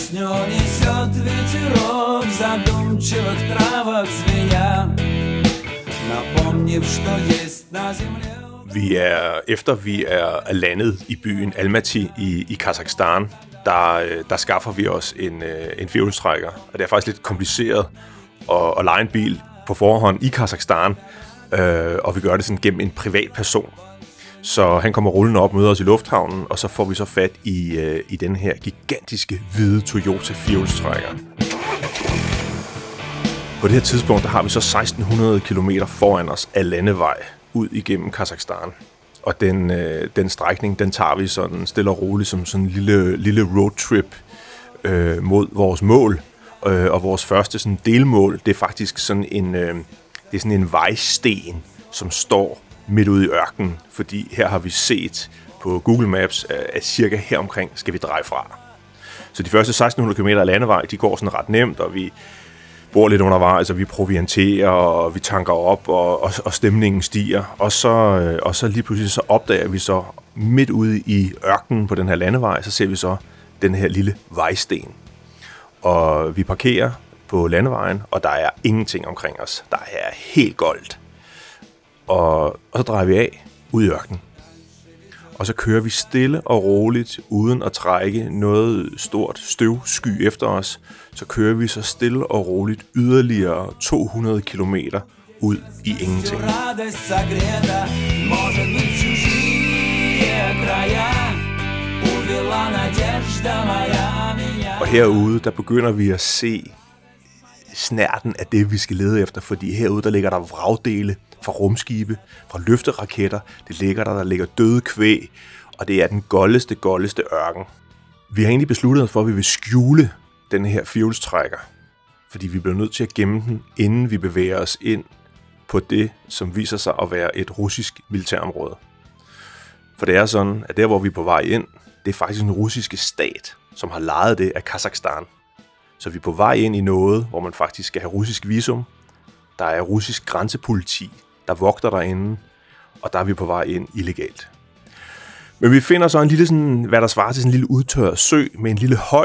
Песню несет ветерок задумчивых травок звеня, напомнив, что есть на земле. Efter vi er landet i byen Almaty i Kazakhstan, der skaffer vi os en firehjulstrækker. Og det er faktisk lidt kompliceret at leje en bil på forhånd i Kazakhstan, og vi gør det sådan gennem en privat person. Så han kommer rullende op, møder os i lufthavnen, og så får vi så fat i den her gigantiske hvide Toyota firehjulstrækker. På det her tidspunkt, der har vi så 1600 kilometer foran os af landevej ud igennem Kazakhstan. Og den strækning, den tager vi sådan stille og roligt som sådan en lille roadtrip mod vores mål. Og vores første sådan delmål, det er faktisk sådan en vejsten, som står midt ude i ørkenen. Fordi her har vi set på Google Maps, at cirka heromkring skal vi dreje fra. Så de første 1600 km af landevej, de går sådan ret nemt, og vi bor lidt undervejs, og vi provianterer, og vi tanker op, og stemningen stiger. Og så lige pludselig så opdager vi så midt ude i ørkenen på den her landevej, så ser vi så den her lille vejsten. Og vi parkerer på landevejen, og der er ingenting omkring os. Der er helt goldt. Og så drejer vi af ud i ørkenen. Og så kører vi stille og roligt, uden at trække noget stort støvsky efter os. Så kører vi så stille og roligt yderligere 200 kilometer ud i ingenting. Og herude, der begynder vi at se snærten af det, vi skal lede efter, fordi herude, der ligger der vragdele fra rumskibe, fra løfteraketter, der ligger døde kvæg, og det er den goldeste ørken. Vi har egentlig besluttet os for, at vi vil skjule den her firehjulstrækker, fordi vi bliver nødt til at gemme den, inden vi bevæger os ind på det, som viser sig at være et russisk militærområde. For det er sådan, at der, hvor vi er på vej ind, det er faktisk en russiske stat, som har lejet det af Kazakhstan. Så vi er på vej ind i noget, hvor man faktisk skal have russisk visum. Der er russisk grænsepoliti, der vogter derinde, og der er vi på vej ind illegalt. Men vi finder så en lille, sådan, hvad der svarer til sådan en lille udtørret sø med en lille høj.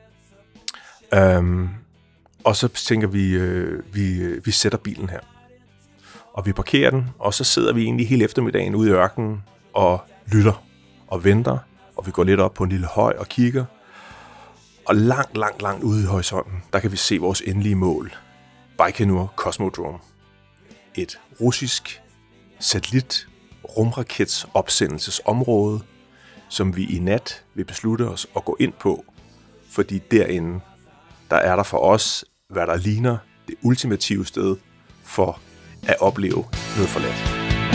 Og så tænker vi sætter bilen her. Og vi parkerer den, og så sidder vi egentlig hele eftermiddagen ude i ørkenen og lytter og venter. Og vi går lidt op på en lille høj og kigger. Og langt ude i horisonten, der kan vi se vores endelige mål. Baikonur Cosmodrome. Et russisk satellit-rumrakets opsendelsesområde, som vi i nat vil beslutte os at gå ind på, fordi derinde, der er der for os, hvad der ligner det ultimative sted for at opleve noget forladt.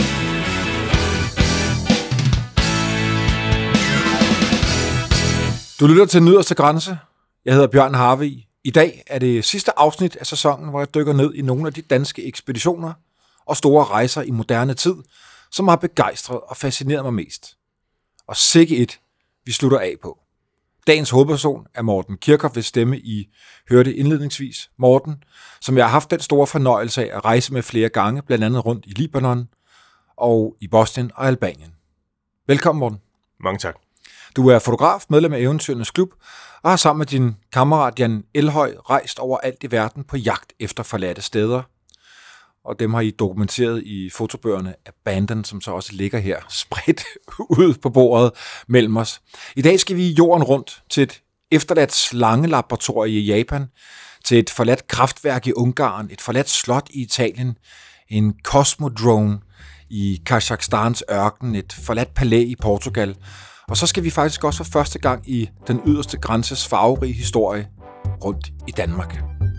Du lytter til Den Yderste Grænse. Jeg hedder Bjørn Harvig. I dag er det sidste afsnit af sæsonen, hvor jeg dykker ned i nogle af de danske ekspeditioner og store rejser i moderne tid, som har begejstret og fascineret mig mest. Og sikke et, vi slutter af på. Dagens hovedperson er Morten Kirchhoff, hvis stemme I hørte indledningsvis. Morten, som jeg har haft den store fornøjelse af at rejse med flere gange, blandt andet rundt i Libanon og i Bosnien og Albanien. Velkommen, Morten. Mange tak. Du er fotograf, medlem af Eventyrernes Klub, og har sammen med din kammerat Jan Elhøj rejst over alt i verden på jagt efter forladte steder. Og dem har I dokumenteret i fotobøgerne Abandon, som så også ligger her spredt ud på bordet mellem os. I dag skal vi jorden rundt til et efterladt slangelaboratorie i Japan, til et forladt kraftværk i Ungarn, et forladt slot i Italien, en Cosmodrome i Kazakhstans ørken, et forladt palæ i Portugal. Og så skal vi faktisk også for første gang i Den Yderste Grænses farverige historie rundt i Danmark.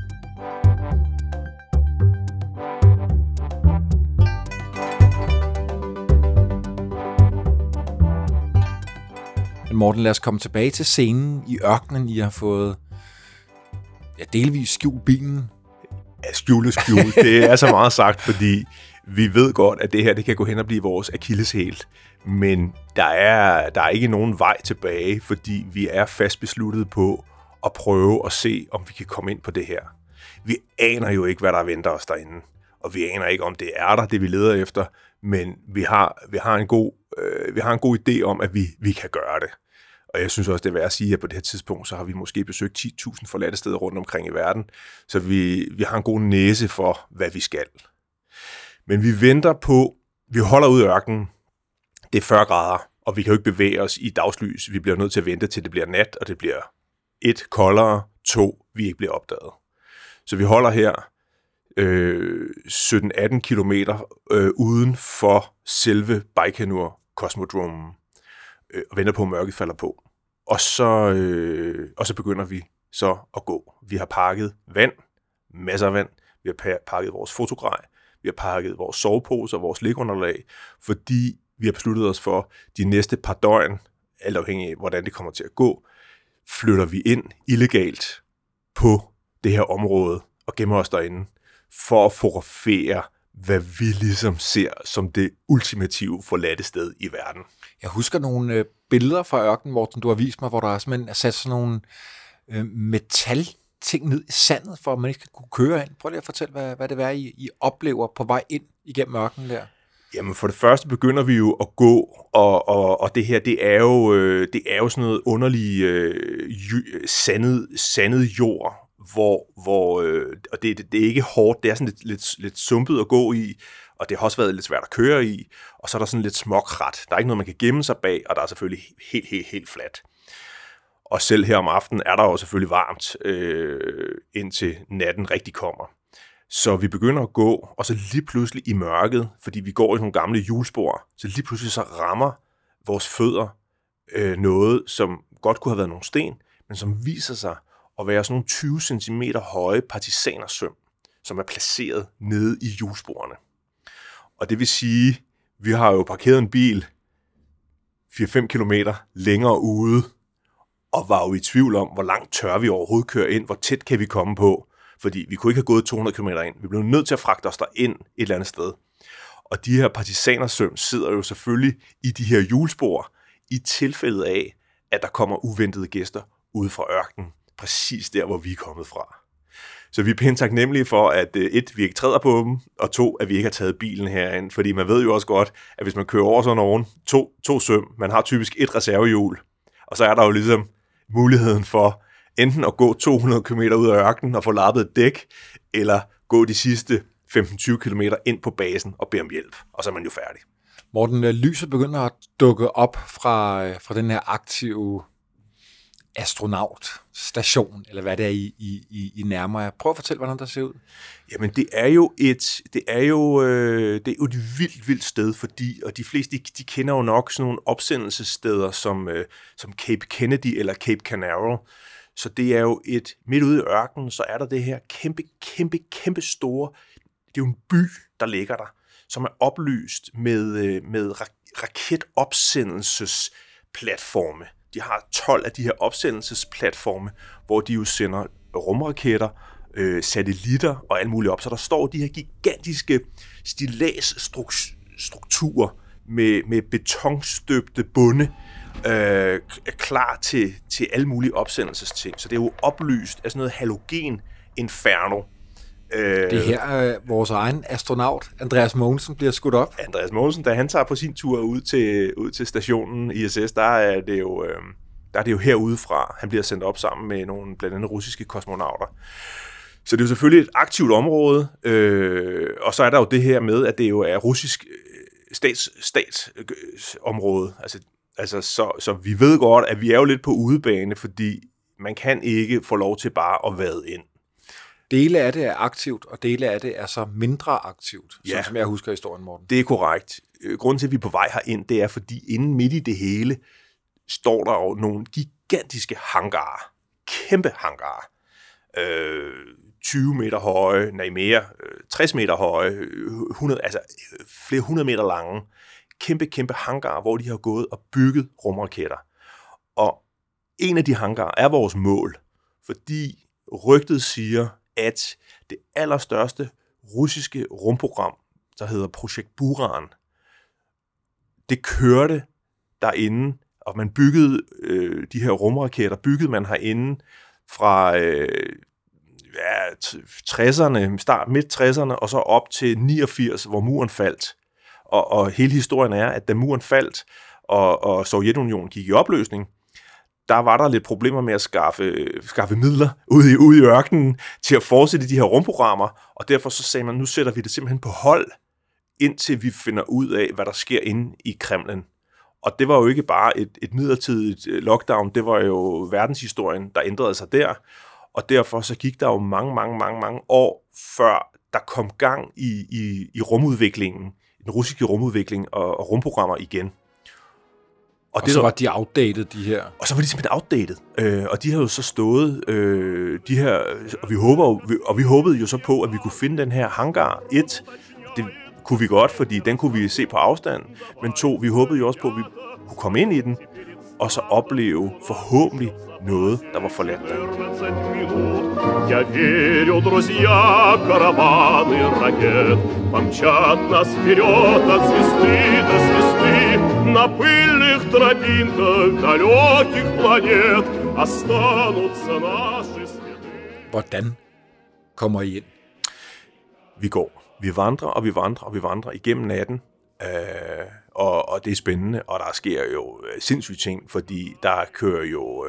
Men Morten, lad os komme tilbage til scenen i ørkenen. I har fået delvis skjult bilen. Ja, skjule. Det er så meget sagt, fordi vi ved godt, at det her det kan gå hen og blive vores akilleshæl. Men der er ikke nogen vej tilbage, fordi vi er fast besluttet på at prøve at se, om vi kan komme ind på det her. Vi aner jo ikke, hvad der venter os derinde, og vi aner ikke, om det er der, det vi leder efter, men vi har en god idé om, at vi kan gøre det. Og jeg synes også, det er værd at sige, at på det her tidspunkt, så har vi måske besøgt 10.000 forladte steder rundt omkring i verden, så vi har en god næse for, hvad vi skal. Men vi venter på, vi holder ud i ørkenen, det er 40 grader, og vi kan jo ikke bevæge os i dagslys. Vi bliver nødt til at vente til det bliver nat, og det bliver 1 koldere, 2 vi ikke bliver opdaget. Så vi holder her 17-18 kilometer uden for selve Baikonur Kosmodromen og venter på, at mørket falder på. Og så begynder vi så at gå. Vi har pakket vand, masser af vand. Vi har pakket vores fotogrej. Vi har pakket vores soveposer og vores ligunderlag, fordi vi har besluttet os for de næste par døgn, alt afhængig af, hvordan det kommer til at gå, flytter vi ind illegalt på det her område og gemmer os derinde for at fotografere, hvad vi ligesom ser som det ultimative forladte sted i verden. Jeg husker nogle billeder fra ørkenen, Morten, du har vist mig, hvor der simpelthen er sat sådan nogle metalting ned i sandet, for at man ikke skal kunne køre ind. Prøv lige at fortælle, hvad det er, I oplever på vej ind igennem ørkenen der. Jamen for det første begynder vi jo at gå, og det her, det er jo sådan noget underlig sandet jord, hvor og det er ikke hårdt, det er sådan lidt sumpet at gå i, og det har også været lidt svært at køre i, og så er der sådan lidt småkrat. Der er ikke noget, man kan gemme sig bag, og der er selvfølgelig helt fladt. Og selv her om aftenen er der jo selvfølgelig varmt, indtil natten rigtig kommer. Så vi begynder at gå, og så lige pludselig i mørket, fordi vi går i nogle gamle hjulspor, så lige pludselig så rammer vores fødder noget, som godt kunne have været nogle sten, men som viser sig at være sådan nogle 20 cm høje partisanersøm, som er placeret nede i hjulsporene. Og det vil sige, vi har jo parkeret en bil 4-5 kilometer længere ude, og var jo i tvivl om, hvor langt tør vi overhovedet køre ind, hvor tæt kan vi komme på, fordi vi kunne ikke have gået 200 km ind. Vi blev nødt til at fragte os derind et eller andet sted. Og de her partisanersøm sidder jo selvfølgelig i de her hjulspor, i tilfældet af, at der kommer uventede gæster ude fra ørkenen, præcis der, hvor vi er kommet fra. Så vi er pænt taknemmelige for, at 1, vi ikke træder på dem, og 2, at vi ikke har taget bilen herind, fordi man ved jo også godt, at hvis man kører over sådan nogen, to søm, man har typisk 1 reservehjul, og så er der jo ligesom muligheden for enten at gå 200 km ud af ørkenen og få lappet et dæk, eller gå de sidste 15-20 km ind på basen og bede om hjælp, og så er man jo færdig. Morten, lyset begynder at dukke op fra den her aktive astronautstation, eller hvad det er, I nærmer jer. Prøv at fortælle, hvordan der ser ud. Jamen, det er jo et vildt sted, fordi, og de fleste, de kender jo nok sådan nogle opsendelsessteder som Cape Kennedy eller Cape Canaveral. Så det er jo midt ude i ørkenen, så er der det her kæmpe store, det er jo en by, der ligger der, som er oplyst med raketopsendelsesplatforme. De har 12 af de her opsendelsesplatforme, hvor de jo sender rumraketter, satellitter og alt muligt op. Så der står de her gigantiske stilladsstrukturer med betonstøbte bunde, klar til alle mulige opsendelsesting. Så det er jo oplyst af sådan noget halogen-inferno. Det her vores egen astronaut, Andreas Mogensen, bliver skudt op. Andreas Mogensen, da han tager på sin tur ud til stationen ISS, der er det jo herudefra. Han bliver sendt op sammen med nogle blandt andet russiske kosmonauter. Så det er jo selvfølgelig et aktivt område, og så er der jo det her med, at det jo er russisk statsområde. Altså, så vi ved godt, at vi er jo lidt på udebane, fordi man kan ikke få lov til bare at vade ind. Dele af det er aktivt, og dele af det er så mindre aktivt, ja, som jeg husker historien, Morten. Det er korrekt. Grunden til, at vi er på vej herind, det er, fordi inden midt i det hele står der jo nogle gigantiske hangarer. Kæmpe hangarer. 20 meter høje, nej mere, 60 meter høje, flere 100 meter lange. Kæmpe hangarer, hvor de har gået og bygget rumraketter. Og en af de hangarer er vores mål, fordi rygtet siger, at det allerstørste russiske rumprogram, der hedder Projekt Buran, det kørte derinde, og man byggede de her rumraketter, byggede man herinde fra 60'erne, midt 60'erne, og så op til 89, hvor muren faldt. Og hele historien er, at da muren faldt, og Sovjetunionen gik i opløsning, der var der lidt problemer med at skaffe midler ude i ørkenen til at fortsætte de her rumprogrammer, og derfor så sagde man, nu sætter vi det simpelthen på hold, indtil vi finder ud af, hvad der sker inde i Kremlen. Og det var jo ikke bare et midlertidigt lockdown, det var jo verdenshistorien, der ændrede sig der, og derfor så gik der jo mange år, før der kom gang i rumudviklingen, den russiske rumudvikling og rumprogrammer igen. Og det så var de outdated, de her. Og så var de simpelthen outdated. Og de har jo så stået, de her, og vi håbede jo så på, at vi kunne finde den her hangar 1. Det kunne vi godt, fordi den kunne vi se på afstand. Men 2, vi håbede jo også på, at vi kunne komme ind i den, og så opleve forhåbentlig noget, der var forladt der. Я верю, друзья, караваны ракет помчат нас вперед от звезды до звезды. На пыльных тропинках далеких планет останутся наши следы. Hvordan kommer I ind? Vi går. Vi vandrer igennem natten, og det er spændende, og der sker jo sindssyge ting, fordi der kører jo...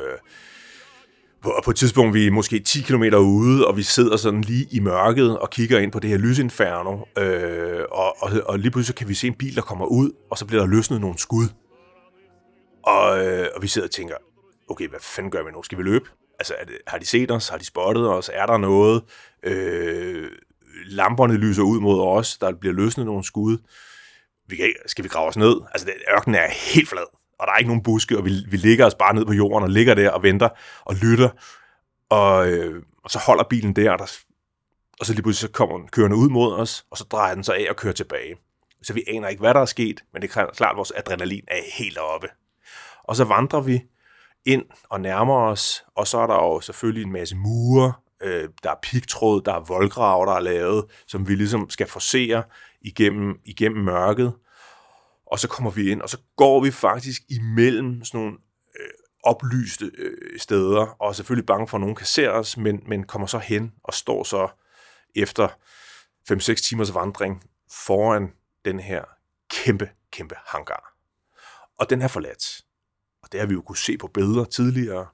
På et tidspunkt vi er måske 10 kilometer ude, og vi sidder sådan lige i mørket og kigger ind på det her lysinferno, og lige pludselig kan vi se en bil, der kommer ud, og så bliver der løsnet nogle skud. Og vi sidder og tænker, okay, hvad fanden gør vi nu? Skal vi løbe? Altså, har de set os? Har de spottet os? Er der noget? Lamperne lyser ud mod os, der bliver løsnet nogle skud. Skal vi grave os ned? Altså, ørkenen er helt flad, og der er ikke nogen buske, og vi ligger os bare ned på jorden og ligger der og venter og lytter. Og så holder bilen der, og så lige pludselig så kommer den kørende ud mod os, og så drejer den sig af og kører tilbage. Så vi aner ikke, hvad der er sket, men det er klart, at vores adrenalin er helt oppe. Og så vandrer vi ind og nærmer os, og så er der jo selvfølgelig en masse mure, der er pigtråd, der er voldgrave, der er lavet, som vi ligesom skal forcere igennem mørket. Og så kommer vi ind, og så går vi faktisk imellem sådan nogle oplyste steder, og er selvfølgelig bange for, at nogen kan se os, men kommer så hen og står så efter 5-6 timers vandring foran den her kæmpe hangar. Og den er forladt. Og det har vi jo kunne se på billeder tidligere.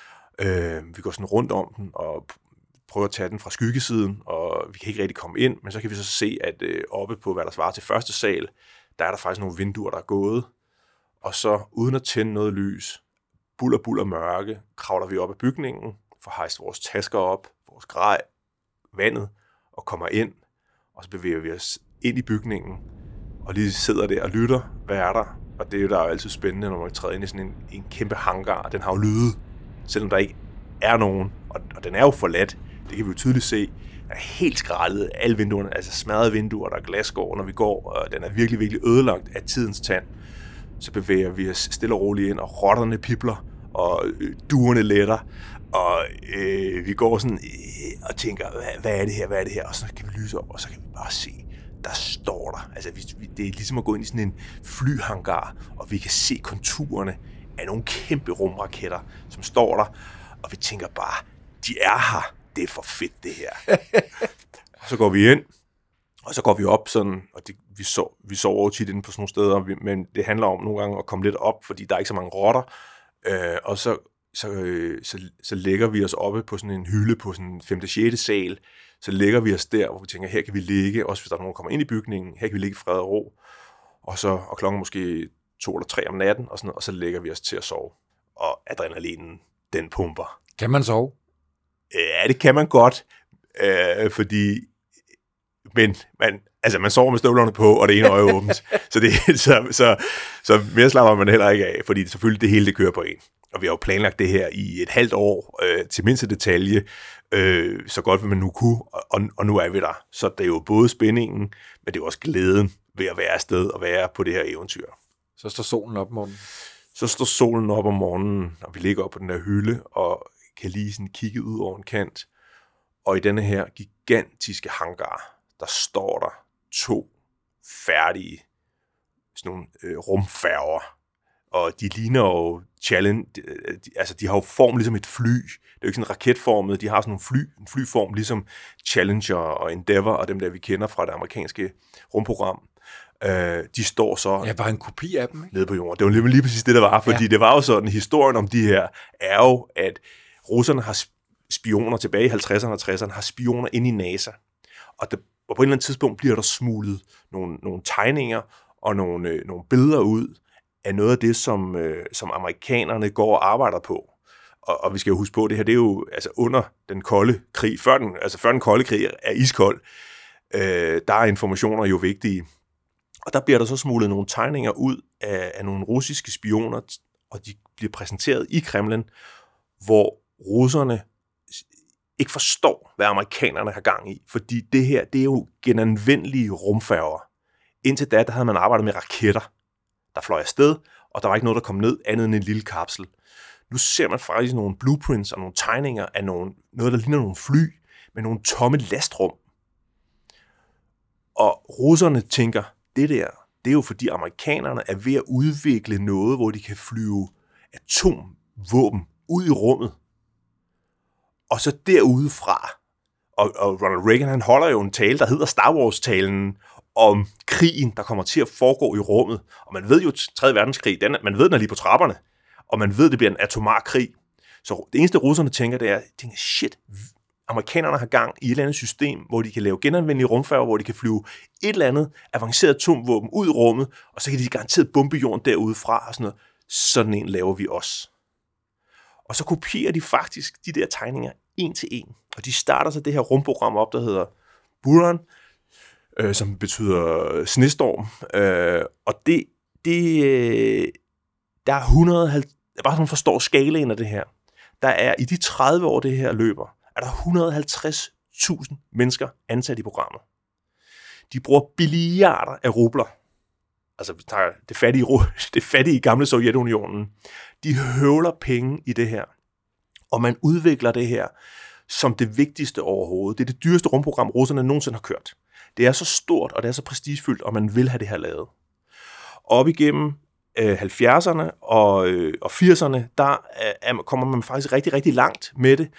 Vi går sådan rundt om den og prøver at tage den fra skyggesiden, og vi kan ikke rigtig komme ind, men så kan vi så se, at oppe på, hvad der svarer til første sal, der er der faktisk nogle vinduer, der er gået, og så uden at tænde noget lys, buller mørke, kravler vi op ad bygningen, får hejst vores tasker op, vores grej, vandet, og kommer ind, og så bevæger vi os ind i bygningen, og lige sidder der og lytter, hvad er der? Og det er jo der er jo altid spændende, når man træder ind i sådan en kæmpe hangar, den har jo lyde, selvom der ikke er nogen, og den er jo forladt, det kan vi jo tydeligt se. Den er helt skrællet, alle vinduerne, altså smadrede vinduer, der er glasskår, når vi går, og den er virkelig ødelagt af tidens tand. Så bevæger vi os stille og roligt ind, og rotterne pipler, og duerne letter, og vi går sådan og tænker, hvad er det her, og så kan vi lyse op, og så kan vi bare se, der står der. Altså, det er ligesom at gå ind i sådan en flyhangar, og vi kan se konturerne af nogle kæmpe rumraketter, som står der, og vi tænker bare, de er her. Det er for fedt, det her. Og så går vi ind, og så går vi op sådan, og vi sover jo tit inde på sådan nogle steder, men det handler om nogle gange at komme lidt op, fordi der er ikke så mange rotter, og så lægger vi os oppe på sådan en hylde på sådan 5. 6. sal, så lægger vi os der, hvor vi tænker, her kan vi ligge, også hvis der er nogen, der kommer ind i bygningen, her kan vi ligge i fred og ro, og klokken måske 2 eller 3 om natten, og så lægger vi os til at sove, og adrenalinen, den pumper. Kan man sove? Ja, det kan man godt, men man sover med støvlerne på, og det ene øje er åbent, så mere slapper man heller ikke af, fordi selvfølgelig det hele det kører på en. Og vi har jo planlagt det her i et halvt år, til mindste detalje, så godt vil man nu kunne, og nu er vi der. Så det er jo både spændingen, men det er også glæden ved at være afsted og være på det her eventyr. Så står solen op om morgenen? Så står solen op om morgenen, og vi ligger op på den der hylde, og kan lige sådan kigge ud over en kant. Og i denne her gigantiske hangar, der står der 2 færdige sådan nogle rumfærger. Og de ligner jo de har jo form ligesom et fly. Det er jo ikke sådan raketformet, de har sådan en flyform, ligesom Challenger og Endeavour og dem der, vi kender fra det amerikanske rumprogram. De står så... Ja, bare en kopi af dem, ikke? Nede på jorden. Det var lige præcis det, der var, fordi det var jo sådan, historien om de her er jo, at russerne har spioner tilbage i 50'erne og 60'erne, har spioner inde i NASA. Og på et eller andet tidspunkt bliver der smuglet nogle tegninger og nogle billeder ud af noget af det, som amerikanerne går og arbejder på. Og vi skal jo huske på, det her det er jo altså under den kolde krig, før den kolde krig er iskold, der er informationer jo vigtige. Og der bliver der så smuglet nogle tegninger ud af nogle russiske spioner, og de bliver præsenteret i Kremlin, hvor russerne ikke forstår, hvad amerikanerne har gang i. Fordi det her, det er jo genanvendelige rumfærger. Indtil da, der havde man arbejdet med raketter, der fløj afsted, og der var ikke noget, der kom ned andet end en lille kapsel. Nu ser man faktisk nogle blueprints og nogle tegninger af noget, der ligner nogle fly, med nogle tomme lastrum. Og russerne tænker, det er jo fordi amerikanerne er ved at udvikle noget, hvor de kan flyve atomvåben ud i rummet. Og så derudefra, og Ronald Reagan, han holder jo en tale, der hedder Star Wars-talen, om krigen, der kommer til at foregå i rummet. Og man ved jo, 3. verdenskrig, man ved, den er lige på trapperne, og man ved, det bliver en atomar krig. Så det eneste, russerne tænker, det er, shit, amerikanerne har gang i et eller andet system, hvor de kan lave genanvendelige rumfærger, hvor de kan flyve et eller andet avanceret atomvåben ud i rummet, og så kan de garanteret bombe jorden derudefra, og sådan noget. Sådan en laver vi også. Og så kopierer de faktisk de der tegninger en til en. Og de starter så det her rumprogram op, der hedder Buran, som betyder snestorm. Og der er 150, bare så man forstår skalaen af det her. Der er i de 30 år, det her løber, er der 150.000 mennesker ansat i programmet. De bruger billiarder af rubler. Altså, vi tager det fattige gamle Sovjetunionen. De høvler penge i det her. Og man udvikler det her som det vigtigste overhovedet. Det er det dyreste rumprogram, russerne nogensinde har kørt. Det er så stort, og det er så prestigefyldt, og man vil have det her lavet. Op igennem 70'erne og 80'erne, der kommer man faktisk rigtig, rigtig langt med det.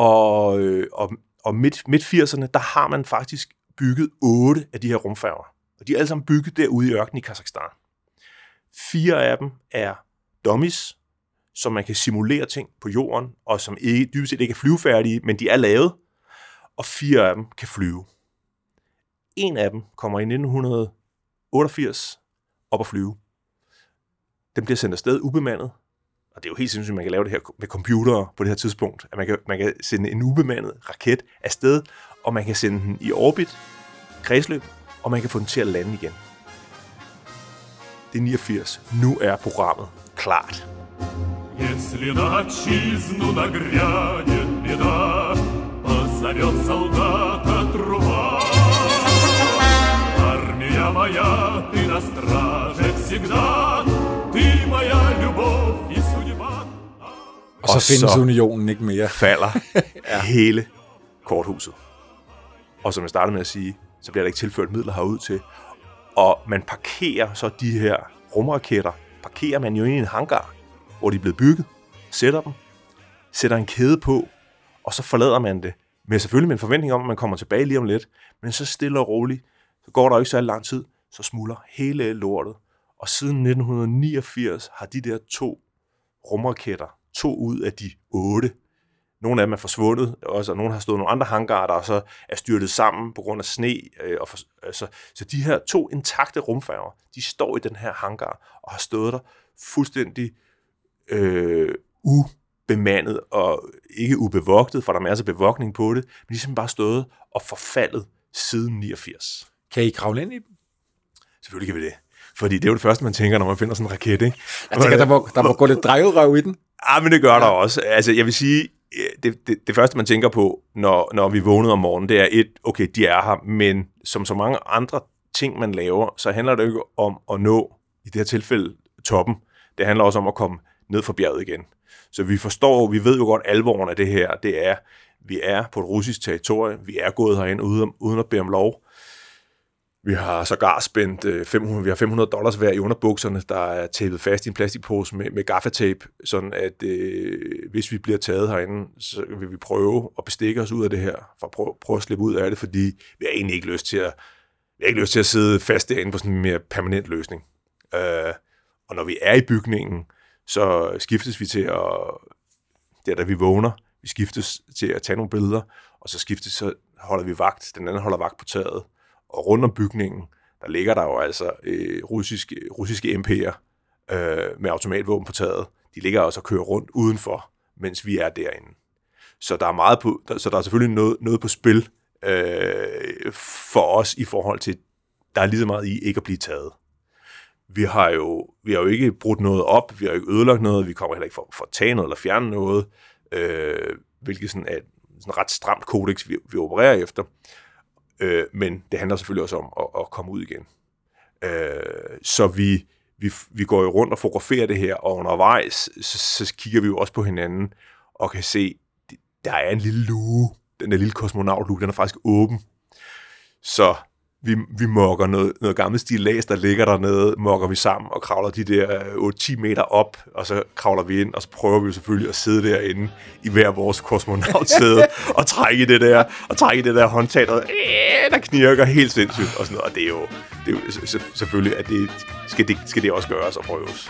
Og midt 80'erne, der har man faktisk bygget 8 af de her rumfærger. Og de er alle sammen bygget derude i ørkenen i Kazakhstan. 4 af dem er dummies, som man kan simulere ting på jorden, og som dybest set ikke er flyvefærdige, men de er lavet. Og 4 af dem kan flyve. En af dem kommer i 1988 op at flyve. Den bliver sendt afsted ubemandet. Og det er jo helt sindssygt, at man kan lave det her med computere på det her tidspunkt. At man kan sende en ubemandet raket afsted, og man kan sende den i orbit, kredsløb, og man kan få den til at lande igen. Det er 89. Nu er programmet klart. Если на отчизну нагрянет беда, позовет солдата труба. Армия моя, ты на страже всегда, ты моя любовь и судьба. Og så findes unionen ikke mere. Falder hele korthuset. Og som jeg startede med at sige, så bliver der ikke tilført midler herud til. Og man parkerer så de her rumraketter, parkerer man jo ind i en hangar, hvor de er blevet bygget, sætter dem, sætter en kæde på, og så forlader man det. Men selvfølgelig med en forventning om, at man kommer tilbage lige om lidt. Men så stille og roligt, så går der jo ikke så lang tid, så smuldrer hele lortet. Og siden 1989 har de der 2 rumraketter, 2 ud af de 8, nogle af dem er forsvundet, og nogle har stået nogle andre hangarer, der så er styrtet sammen på grund af sne. Så de her 2 intakte rumfærger, de står i den her hangar og har stået der fuldstændig ubemandet og ikke ubevogtet, for der er masser af bevogtning på det, men de er simpelthen bare stået og forfaldet siden 89. Kan I kravle ind i dem? Selvfølgelig kan vi det. Fordi det er jo det første, man tænker, når man finder sådan en raket, ikke? Jeg tænker, der må gå lidt drejerøv i den. Ja, men det gør der også. Altså, jeg vil sige, det første, man tænker på, når vi vågnede om morgenen, det er okay, de er her, men som så mange andre ting, man laver, så handler det ikke om at nå, i det her tilfælde, toppen. Det handler også om at komme ned fra bjerget igen. Så vi ved jo godt alvoren af det her, det er, vi er på et russisk territorie, vi er gået herind uden at bede om lov. Vi har sågar spændt vi har $500 hver i underbukserne, der er tapet fast i en plastikpose med gaffatape, sådan at hvis vi bliver taget herinde, så vil vi prøve at bestikke os ud af det her, for at prøve at slippe ud af det, fordi vi har egentlig ikke lyst til at har ikke lyst til at sidde fast derinde på sådan en mere permanent løsning. Og når vi er i bygningen, så skiftes vi til at, da vi vågner, vi skiftes til at tage nogle billeder, og så holder vi vagt, den anden holder vagt på taget, og rundt om bygningen, der ligger der jo altså russiske MP'er med automatvåben på taget. De ligger også og kører rundt udenfor, mens vi er derinde. Så der er så der er selvfølgelig noget på spil for os i forhold til, der er lige så meget i ikke at blive taget. Vi har jo ikke brudt noget op, vi har jo ikke ødelagt noget, vi kommer heller ikke for at tage noget eller fjerne noget, hvilket sådan er sådan ret stramt kodeks, vi opererer efter. Men det handler selvfølgelig også om at komme ud igen. Så vi går jo rundt og fotograferer det her, og undervejs, så kigger vi jo også på hinanden, og kan se, der er en lille luge, den der lille kosmonaut-luge, den er faktisk åben. Så vi mokker noget gammelt stillads, der ligger dernede, mokker vi sammen og kravler de der 8-10 meter op, og så kravler vi ind, og så prøver vi selvfølgelig at sidde derinde i hver vores kosmonautsæde og trække i det der håndtag, der knirker helt sindssygt og sådan noget. Og det er jo selvfølgelig, at det skal det også gøres og prøves.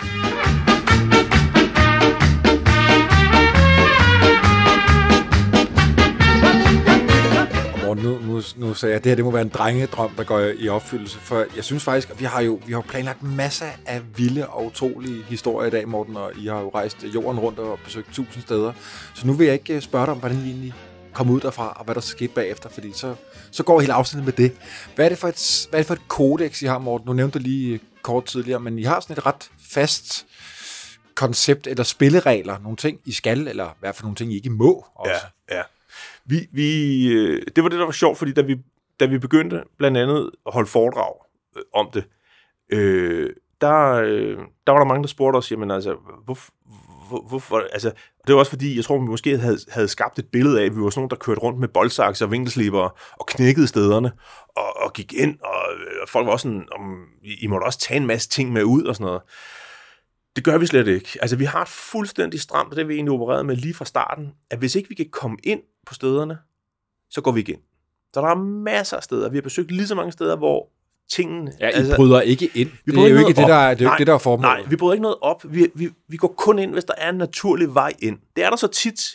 Nu sagde jeg, at det her det må være en drengedrøm, der går i opfyldelse, for jeg synes faktisk, at vi har jo planlagt masser af vilde og utrolige historier i dag, Morten, og I har jo rejst jorden rundt og besøgt 1000 steder, så nu vil jeg ikke spørge dig om, hvordan I egentlig kom ud derfra, og hvad der skete bagefter, fordi så går hele afsnittet med det. Hvad er det for et kodex, I har, Morten? Nu nævnte du lige kort tidligere, men I har sådan et ret fast koncept eller spilleregler, nogle ting, I skal, eller i hvert fald nogle ting, I ikke må også. Ja. Det var det, der var sjovt, fordi da vi begyndte blandt andet at holde foredrag om det, der var der mange, der spurgte os, jamen altså, hvorfor, altså, det var også fordi, jeg tror, vi måske havde skabt et billede af, at vi var sådan nogle, der kørte rundt med boldsakser og vinkelslibere og knækkede stederne og gik ind, og folk var også sådan, I måtte også tage en masse ting med ud og sådan noget. Det gør vi slet ikke. Altså, vi har et fuldstændig stramt, og det vi egentlig opereret med lige fra starten, at hvis ikke vi kan komme ind på stederne, så går vi igen. Så der er masser af steder. Vi har besøgt lige så mange steder, hvor tingene... Ja, I bryder ikke ind. Det er jo ikke det, der er formålet. Nej, vi bryder ikke noget op. Vi går kun ind, hvis der er en naturlig vej ind. Det er der så tit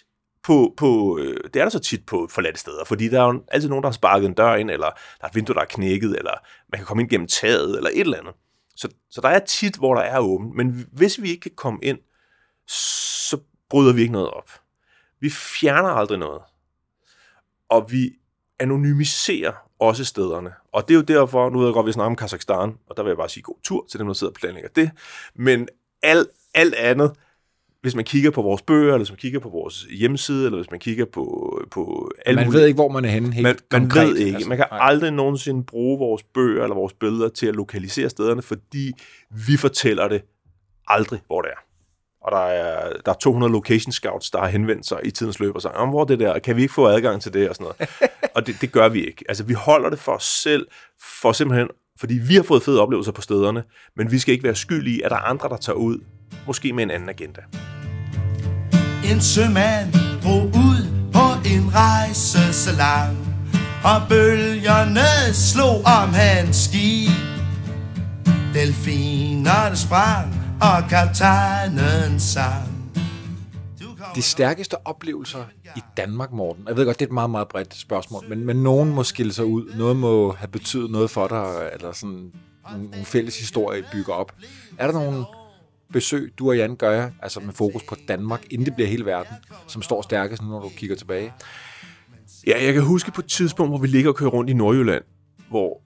på forladte steder, fordi der er jo altid nogen, der har sparket en dør ind, eller der er et vindue, der er knækket, eller man kan komme ind gennem taget, eller et eller andet. Så der er tit, hvor der er åbent. Men hvis vi ikke kan komme ind, så bryder vi ikke noget op. Vi fjerner aldrig noget. Og vi anonymiserer også stederne. Og det er jo derfor, nu ved jeg godt, vi snakker om Kazakhstan, og der vil jeg bare sige god tur til dem, der sidder og planlægger det. Men alt andet, hvis man kigger på vores bøger, eller hvis man kigger på vores hjemmeside, eller hvis man kigger på alle man ved ikke, hvor man er henne helt man ved ikke. Altså, man kan aldrig nogensinde bruge vores bøger eller vores billeder til at lokalisere stederne, fordi vi fortæller det aldrig, hvor det er. Og der er 200 location scouts, der har henvendt sig i tidens løb og sagt, hvor det der, kan vi ikke få adgang til det og sådan noget. Og det gør vi ikke. Altså, vi holder det for os selv, for simpelthen, fordi vi har fået fede oplevelser på stederne, men vi skal ikke være skyld i, at der er andre, der tager ud, måske med en anden agenda. En sømand drog ud på en rejse så lang, og bølgerne slog om hans skib. Delfinerne sprang, og kaptajnen sang. De stærkeste oplevelser i Danmark, Morten. Jeg ved godt, det er et meget, meget bredt spørgsmål, men nogen må skille sig ud. Noget må have betydet noget for dig, eller sådan nogle fælles historier, I bygger op. Er der nogle besøg, du og Jan gør, altså med fokus på Danmark, inden det bliver hele verden, som står stærkest nu, når du kigger tilbage? Ja, jeg kan huske på et tidspunkt, hvor vi ligger og kører rundt i Nordjylland, hvor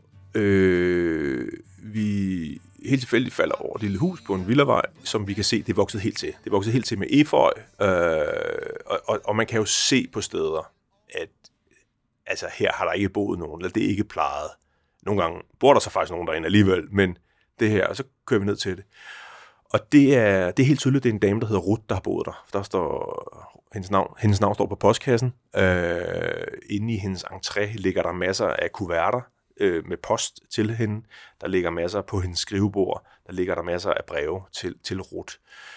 vi helt tilfældigt falder over et lille hus på en villavej, som vi kan se, det er vokset helt til. Det er vokset helt til med efeu, og man kan jo se på steder, at altså, her har der ikke boet nogen, eller det er ikke plejet. Nogle gange bor der så faktisk nogen derinde alligevel, men det her, og så kører vi ned til det. Og det er helt tydeligt, det er en dame, der hedder Ruth, der har boet der. Der står hendes navn står på postkassen. Inde i hendes entré ligger der masser af kuverter med post til hende. Der ligger masser på hendes skrivebord. Der ligger der masser af breve til Ruth.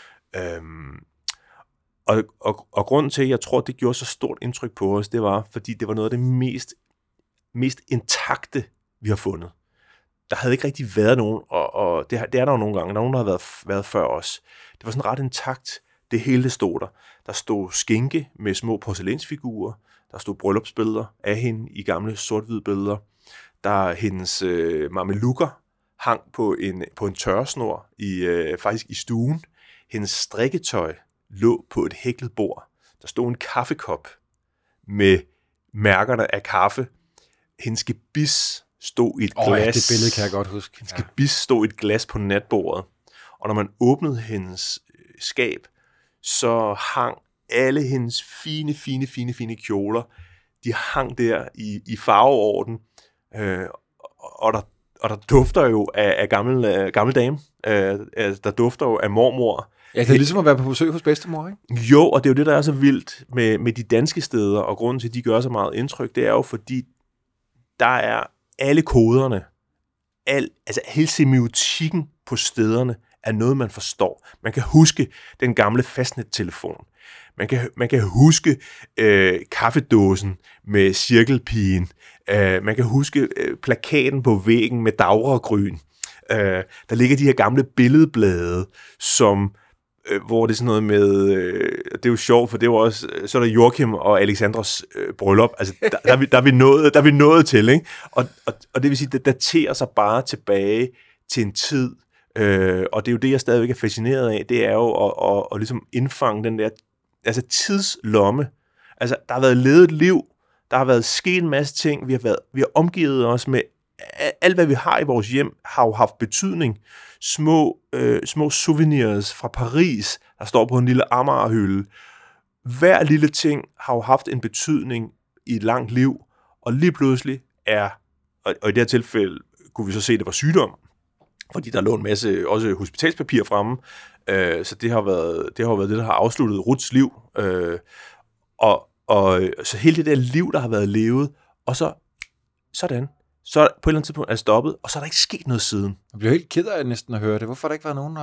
Og grunden til, at jeg tror, det gjorde så stort indtryk på os, det var, fordi det var noget af det mest intakte, vi har fundet. Der havde ikke rigtig været nogen, og det er der jo nogle gange. Der er nogen, der har været før os. Det var sådan ret intakt. Det hele det stod der. Der stod skinke med små porcelænsfigurer. Der stod bryllupsbilleder af hende i gamle sort-hvide billeder. Der hendes mamelukker hang på en tørresnor faktisk i stuen. Hendes strikketøj lå på et hæklet bord. Der stod en kaffekop med mærkerne af kaffe. Hendes gebis stod i et glas. Det billede kan jeg godt huske. Hendes gebis stod i et glas på natbordet. Og når man åbnede hendes skab, så hang alle hendes fine kjoler. De hang der i farveorden. Og der dufter jo af gammel dame. Der dufter jo af mormor. Ja, det er ligesom at være på besøg hos bedstemor, ikke? Jo, og det er jo det, der er så vildt med de danske steder, og grunden til, at de gør så meget indtryk, det er jo, fordi der er alle koderne, altså hele semiotikken på stederne, er noget, man forstår. Man kan huske den gamle fastnettelefon. Man kan huske kaffedåsen med cirkelpigen. Man kan huske plakaten på væggen med dagrogryn. Der ligger de her gamle billedblade, som hvor det er sådan noget med, det er jo sjovt, for det var også, så er der Joachim og Alexandras bryllup, altså der er vi nået til, ikke? Og det vil sige, det daterer sig bare tilbage til en tid, og det er jo det, jeg stadigvæk er fascineret af, det er jo at ligesom indfange den der, altså tidslomme, altså der har været levet et liv, der har været sket en masse ting, vi har omgivet os med, alt hvad vi har i vores hjem, har jo haft betydning. Små souvenirs fra Paris, der står på en lille Amager-hylde. Hver lille ting har jo haft en betydning i et langt liv, og lige pludselig og i det her tilfælde kunne vi så se, at det var sygdom, fordi der lå en masse også hospitalspapir fremme, så det har været det, der har afsluttet Ruths liv, og så hele det der liv, der har været levet, og så sådan. Så på et eller andet tidspunkt er det stoppet, og så er der ikke sket noget siden. Jeg bliver helt ked af næsten at høre det. Hvorfor har der ikke været nogen,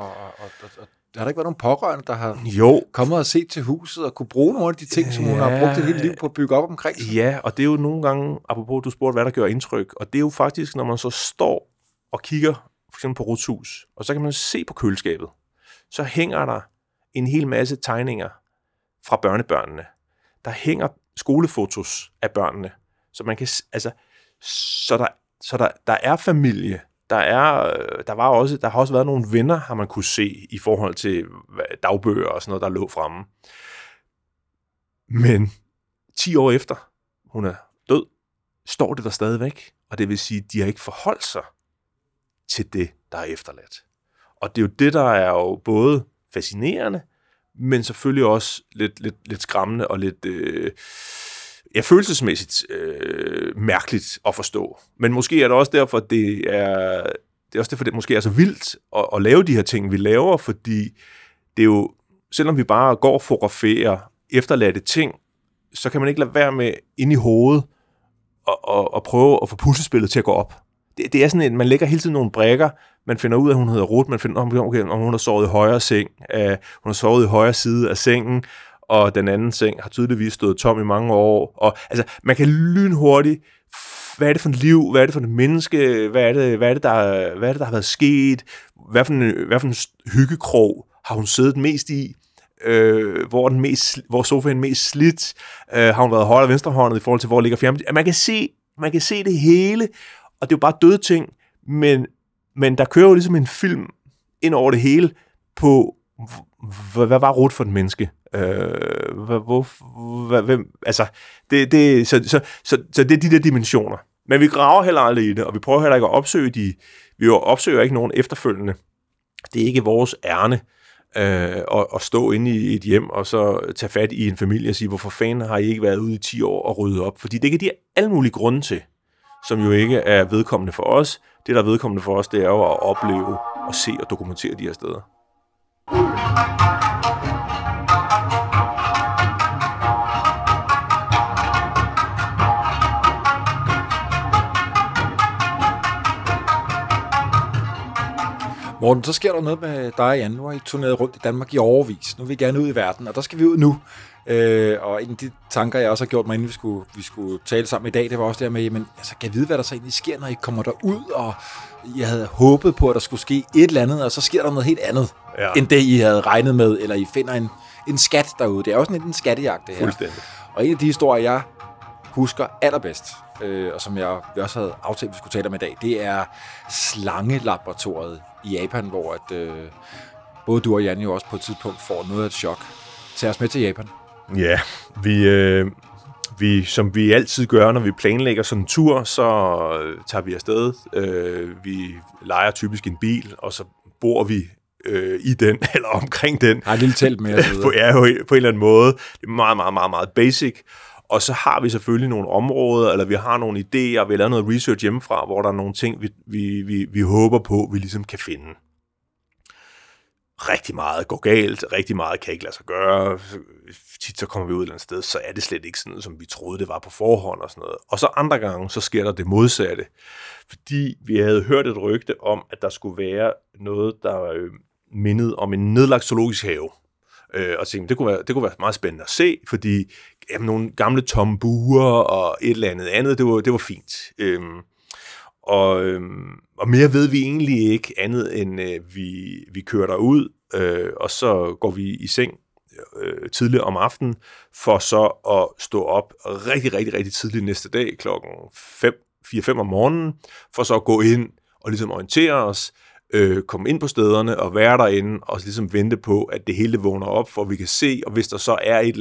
der har ikke været nogen pårørende, der har kommet og set til huset, og kunne bruge nogle af de ting, som hun har brugt et helt liv på at bygge op omkring? Ja, og det er jo nogle gange, apropos du spurgte, hvad der gør indtryk, og det er jo faktisk, når man så står og kigger for eksempel på Ruths hus, og så kan man se på køleskabet, så hænger der en hel masse tegninger fra børnebørnene. Der hænger skolefotos af børnene, så man kan, altså, så der er familie. Der har også været nogle venner, har man kunne se i forhold til dagbøger og sådan noget, der lå fremme. Men 10 år efter hun er død, står det der stadigvæk, og det vil sige, at de har ikke forholdt sig til det, der er efterladt. Og det er jo det, der er jo både fascinerende, men selvfølgelig også lidt skræmmende og lidt følelsesmæssigt mærkeligt at forstå. Men måske er det også derfor, det er også derfor, det måske er så vildt at lave de her ting, vi laver, fordi det er jo, selvom vi bare går og fotograferer efterladte ting, så kan man ikke lade være med inde i hovedet og prøve at få puslespillet til at gå op. Det er sådan, at man lægger hele tiden nogle brækker, man finder ud af, at hun hedder Ruth, man finder ud af, om hun har sovet i højre seng, hun har sovet i højre side af sengen, og den anden seng har tydeligvis stået tom i mange år. Og altså, man kan lynhurtigt, hvad er det for et liv, hvad er det for et menneske, hvad er det, der har været sket, hvad for en hyggekrog har hun siddet mest i, hvor sofaen mest slidt, har hun været højre og venstrehåndet i forhold til, hvor ligger fjernbetjeningen. Man kan se det hele, og det er jo bare døde ting, men der kører jo ligesom en film ind over det hele på, hvad var Ruth for et menneske? Altså, så det er de der dimensioner. Men vi graver heller aldrig i det, og vi prøver heller ikke at opsøge vi opsøger ikke nogen efterfølgende. Det er ikke vores ærne at stå inde i et hjem, og så tage fat i en familie og sige, hvorfor fanden har I ikke været ude i 10 år og ryddet op? Fordi det kan de alle mulige grunde til, som jo ikke er vedkommende for os. Det, der er vedkommende for os, det er jo at opleve og se og dokumentere de her steder. Morten, så sker der noget med dig og Jan. Nu har I turneret rundt i Danmark i årevis. Nu vil vi gerne ud i verden, og der skal vi ud nu. Og en af de tanker, jeg også har gjort mig, inden vi skulle tale sammen i dag, det var også der med, jamen, altså, kan jeg vide, hvad der så egentlig sker, når I kommer derud, og jeg havde håbet på, at der skulle ske et eller andet, og så sker der noget helt andet, end det, I havde regnet med, eller I finder en skat derude. Det er også en skattejagt, det her. Fuldstændig. Og en af de historier, jeg husker allerbedst, og som jeg også havde aftalt, vi skulle tale om i dag, det er slangelaboratoriet i Japan, hvor at, både du og Jan jo også på et tidspunkt får noget af et chok. Tag os med til Japan. Ja, vi som vi altid gør, når vi planlægger sådan en tur, så tager vi afsted. Vi lejer typisk en bil, og så bor vi i den, eller omkring den. Har et lille telt med os. på en eller anden måde. Det er meget, meget, meget, meget basic. Og så har vi selvfølgelig nogle områder, eller vi har nogle idéer, vi har lavet noget research hjemmefra, hvor der er nogle ting, vi håber på, vi ligesom kan finde. Rigtig meget går galt, rigtig meget kan ikke lade sig gøre. Tit så kommer vi ud et eller andet sted, så er det slet ikke sådan, som vi troede, det var på forhånd og sådan noget. Og så andre gange, så sker der det modsatte. Fordi vi havde hørt et rygte om, at der skulle være noget, der mindede om en nedlagt zoologisk have. Og tænkte, det kunne være meget spændende at se, fordi nogle gamle tomme buer og et eller andet, det var fint. Og mere ved vi egentlig ikke andet, end vi kører derud, og så går vi i seng tidligt om aftenen, for så at stå op rigtig, rigtig, rigtig tidligt næste dag, klokken 4-5 om morgenen, for så at gå ind og ligesom orientere os, komme ind på stederne og være derinde, og ligesom vente på, at det hele vågner op, for vi kan se, og hvis der så er et eller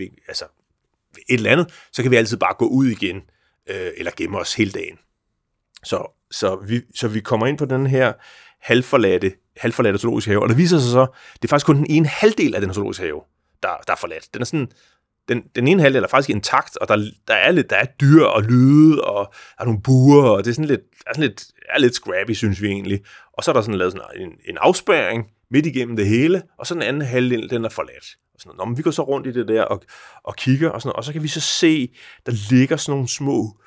andet, så kan vi altid bare gå ud igen, eller gemme os hele dagen. Så vi kommer ind på den her halvforladte zoologiske have, og det viser sig så, det er faktisk kun den ene halvdel af den zoologiske have, der er forladt. Den er sådan, den ene halvdel er faktisk intakt, og der er dyr og lyde, og der er nogle buer, og det er lidt scrappy, synes vi egentlig. Og så er der sådan lavet sådan en afspærring midt igennem det hele, og så den anden halvdel, den er forladt. Og sådan noget. Nå, men vi går så rundt i det der og kigger, og sådan noget, og så kan vi så se, der ligger sådan nogle små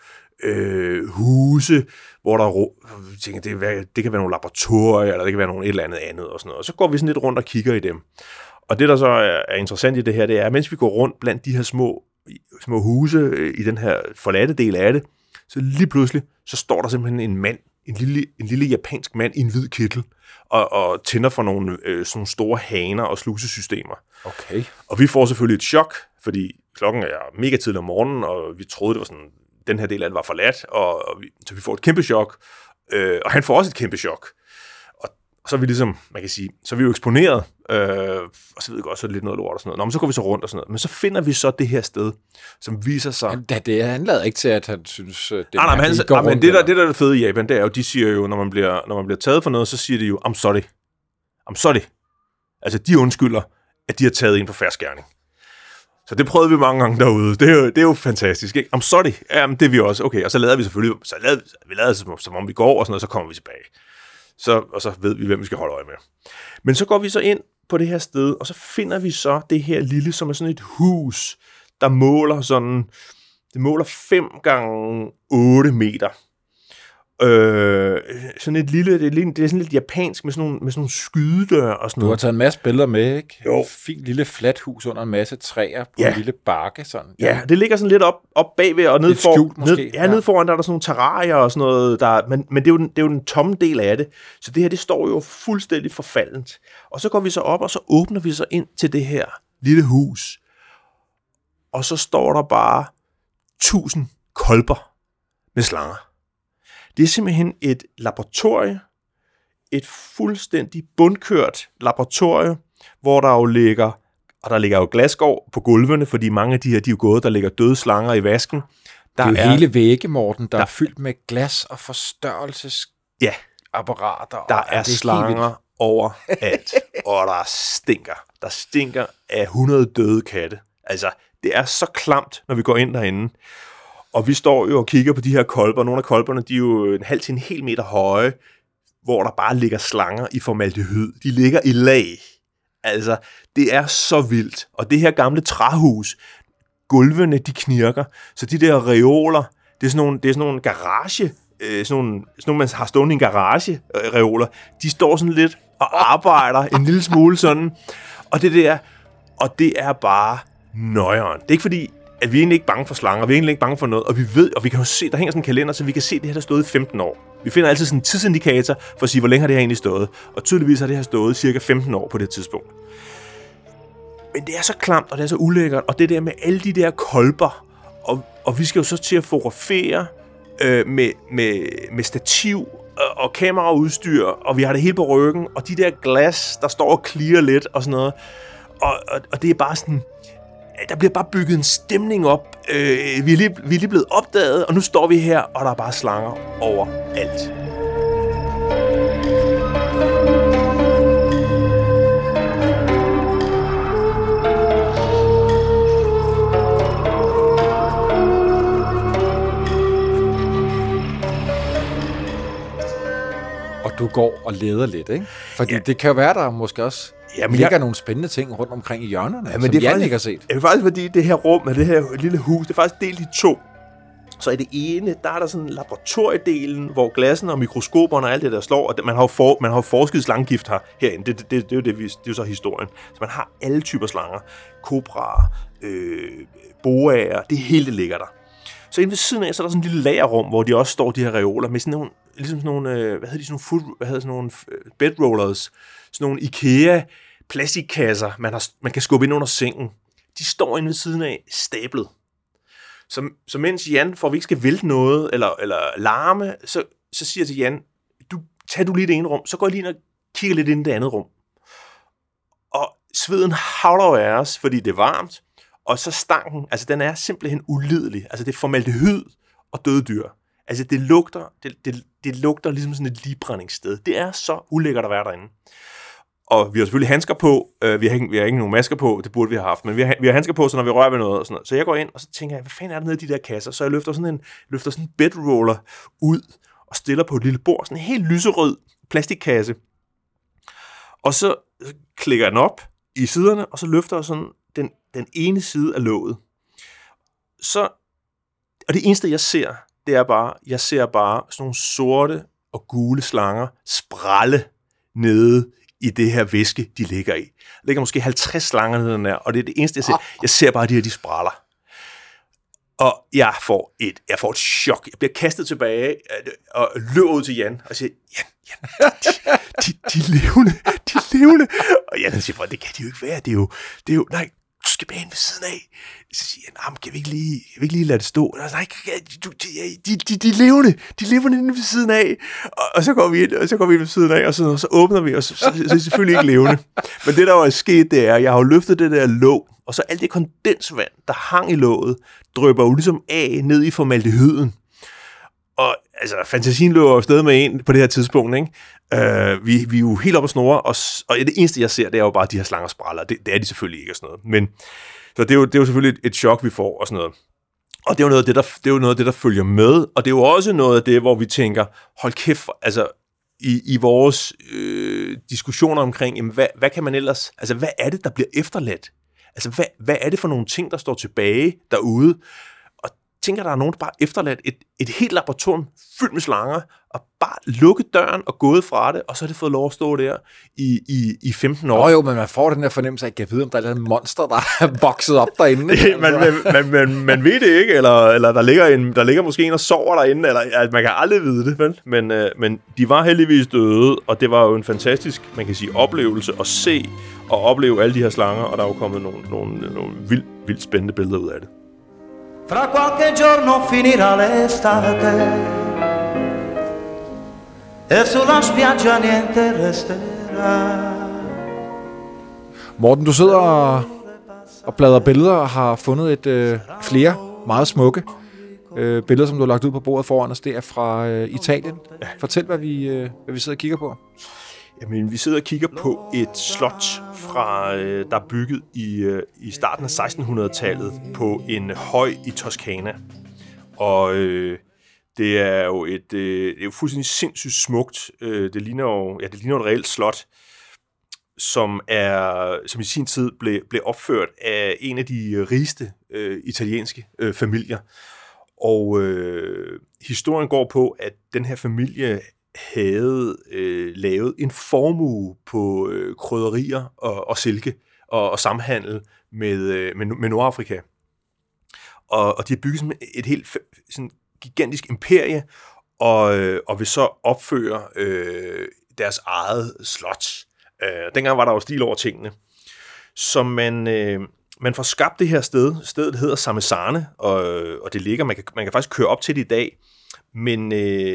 huse, hvor der tænker, det kan være nogle laboratorier, eller det kan være nogle et eller andet og sådan noget. Og så går vi sådan lidt rundt og kigger i dem. Og det, der så er interessant i det her, det er, at mens vi går rundt blandt de her små huse i den her forladte del af det, så lige pludselig, så står der simpelthen en mand, en lille japansk mand i en hvid kittel, og tænder for nogle sådan store haner og slusesystemer. Okay. Og vi får selvfølgelig et chok, fordi klokken er mega tidlig om morgenen, og vi troede, det var sådan, den her del af det var forladt, så vi får et kæmpe chok, og han får også et kæmpe chok. Og så er vi ligesom, man kan sige, så er vi jo eksponeret, og så ved jeg godt, så er det lidt noget lort og sådan noget. Nå, men så går vi så rundt og sådan noget. Men så finder vi så det her sted, som viser sig... Han lader ikke til, at han synes, det men det der er det fede i Japan, det er jo, de siger jo, når man bliver taget for noget, så siger de jo, I'm sorry. Altså, de undskylder, at de har taget en på ferskgerning. Så det prøvede vi mange gange derude. Det er jo fantastisk, ikke? I'm sorry. Jamen, det er vi også. Okay, og så lader vi selvfølgelig... Vi lader som om vi går, og sådan noget, så kommer vi tilbage. Og så ved vi, hvem vi skal holde øje med. Men så går vi så ind på det her sted, og så finder vi så det her lille, som er sådan et hus, der måler sådan... Det måler 5 gange 8 meter. Sådan et lille, det er sådan lidt japansk med sådan nogle skydedør og sådan noget. Du har taget en masse billeder med, ikke? Jo. Fint lille fladt hus under en masse træer på en lille bakke. Sådan. Ja, det ligger sådan lidt op bagved og nede nede foran der er der sådan nogle terrarier og sådan noget. Men det er jo den tomme del af det. Så det her, det står jo fuldstændig forfaldent. Og så går vi så op, og så åbner vi så ind til det her lille hus. Og så står der bare 1000 kolber med slanger. Det er simpelthen et laboratorie, et fuldstændig bundkørt laboratorie, hvor der jo ligger jo glasskår på gulvene, fordi mange af de her, de er jo gået, der ligger døde slanger i vasken. Det er jo hele vægge, Morten, der er fyldt med glas og forstørrelsesapparater. Der er slanger overalt, og der stinker. Der stinker af 100 døde katte. Altså, det er så klamt, når vi går ind derinde. Og vi står jo og kigger på de her kolber. Nogle af kolberne, de er jo 0,5 til 1 meter høje, hvor der bare ligger slanger i formaldehyd. De ligger i lag. Altså, det er så vildt. Og det her gamle træhus, gulvene, de knirker. Så de der reoler, det er sådan nogle sådan nogle, man har stående i en garage, reoler, de står sådan lidt og arbejder en lille smule sådan, og det er bare nøjeren. Det er ikke fordi, at vi er egentlig ikke bange for slanger, vi er egentlig ikke bange for noget, og vi ved, og vi kan jo se, der hænger sådan en kalender, så vi kan se, at det her der stået i 15 år. Vi finder altid sådan en tidsindikator for at sige, hvor længe har det her egentlig stået, og tydeligvis har det her stået cirka 15 år på det tidspunkt. Men det er så klamt, og det er så ulækkert, og det der med alle de der kolber, og vi skal jo så til at fotografere med stativ og kameraudstyr, og vi har det hele på ryggen, og de der glas, der står og klirrer lidt og sådan noget, og det er bare sådan, der bliver bare bygget en stemning op. Vi er lige blevet opdaget, og nu står vi her, og der er bare slanger overalt. Og du går og leder lidt, ikke? Fordi det kan jo være, der måske også ligger nogle spændende ting rundt omkring i hjørnerne, som det Jan ikke har set. Det er faktisk fordi, det her rum med det her lille hus, det er faktisk delt i to. Så i det ene, der er der sådan laboratoriedelen, hvor glassen og mikroskoperne og alt det der slår, og man har jo forsket slangegift herinde. Det er jo så historien. Så man har alle typer slanger. Kobraer, boaer, det hele ligger der. Så inde ved siden af, så er der sådan en lille lagerrum, hvor de også står, de her reoler, med sådan nogle, ligesom sådan nogle, bedrollers, sådan nogle IKEA plastikkasser, man kan skubbe ind under sengen. De står inde ved siden af, stablet. Så mens Jan, for at vi ikke skal vælte noget, eller larme, så siger jeg til Jan, tag du lige det ene rum, så går jeg lige ind og kigger lidt ind i det andet rum. Og sveden havler af os, fordi det er varmt, og så stanken, altså den er simpelthen ulidelig. Altså det er formaldehyd og døde dyr. Altså det lugter ligesom sådan et ligbrændingssted. Det er så ulækkert at være derinde. Og vi har selvfølgelig handsker på. Vi har ikke nogen masker på, det burde vi have haft, men vi har handsker på, så når vi rører ved noget og sådan noget. Så jeg går ind, og så tænker jeg, hvad fanden er der nede i de der kasser? Så jeg løfter sådan en bedroller ud og stiller på et lille bord, sådan en helt lyserød plastikkasse. Og så klikker jeg den op i siderne, og så løfter jeg sådan den ene side af låget. Og det eneste jeg ser, det er bare, sådan nogle sorte og gule slanger sprælle nede i det her væske, de ligger i. Der ligger måske 50 slanger nede der, og det er det eneste, jeg ser. Jeg ser bare, de spræller. Og jeg får et chok. Jeg bliver kastet tilbage og løber ud til Jan og siger, Jan, de er levende. Og Jan siger, det kan de jo ikke være. Det er jo, nej, du skal bare ind ved siden af. Så siger jeg, kan vi ikke lige lade det stå? Nej, de er levende. De er levende inde ved siden af. Og så går vi ind, ved siden af, og så åbner vi, og så er det selvfølgelig ikke levende. Men det, der jo er sket, det er, jeg har jo løftet det der låg, og så alt det kondensvand, der hang i låget, drypper jo ligesom af ned i formaldehyden. Og altså, fantasien løber jo stadig med en på det her tidspunkt, ikke? Vi er jo helt oppe at snore, og det eneste, jeg ser, det er jo bare de her slanger spræller. Det er de selvfølgelig ikke og sådan noget. Men så det er jo selvfølgelig et chok, vi får og sådan noget. Og det er jo noget af det, der følger med, og det er jo også noget af det, hvor vi tænker, hold kæft, altså i vores diskussioner omkring, jamen, hvad kan man ellers, altså hvad er det, der bliver efterladt? Altså hvad er det for nogle ting, der står tilbage derude? Og tænker, der er nogen, der bare efterladt et helt laboratorium fyldt med slanger, og bare lukket døren og gået fra det, og så har det fået lov at stå der i 15 år. Jo, men man får den der fornemmelse af, at jeg ved, om der er et monster, der er vokset op derinde. man ved det ikke, eller der ligger måske en og sover derinde, eller altså, man kan aldrig vide det, vel? Men de var heldigvis døde, og det var jo en fantastisk, man kan sige, oplevelse at se og opleve alle de her slanger, og der er jo kommet nogle vildt spændende billeder ud af det. Fra qualche giorno finirà l'estate e sulla spiaggia niente resterà. Morten, du sidder og bladrer billeder og har fundet flere meget smukke billeder, som du har lagt ud på bordet foran os. Det er fra Italien. Ja. Fortæl, hvad vi sidder og kigger på. Jamen, vi sidder og kigger på et slot, der er bygget i starten af 1600-tallet på en høj i Toskana. Og det er jo fuldstændig sindssygt smukt. Det ligner jo et reelt slot, som i sin tid blev opført af en af de rigeste italienske familier. Og historien går på, at den her familie havde lavet en formue på krydderier og silke og samhandel med Nordafrika. Og de har bygget sådan et helt sådan gigantisk imperie, og vil så opføre deres eget slot. Dengang var der jo stil over tingene. Så man får skabt det her sted. Stedet hedder Samesane, og det ligger, man kan faktisk køre op til det i dag, men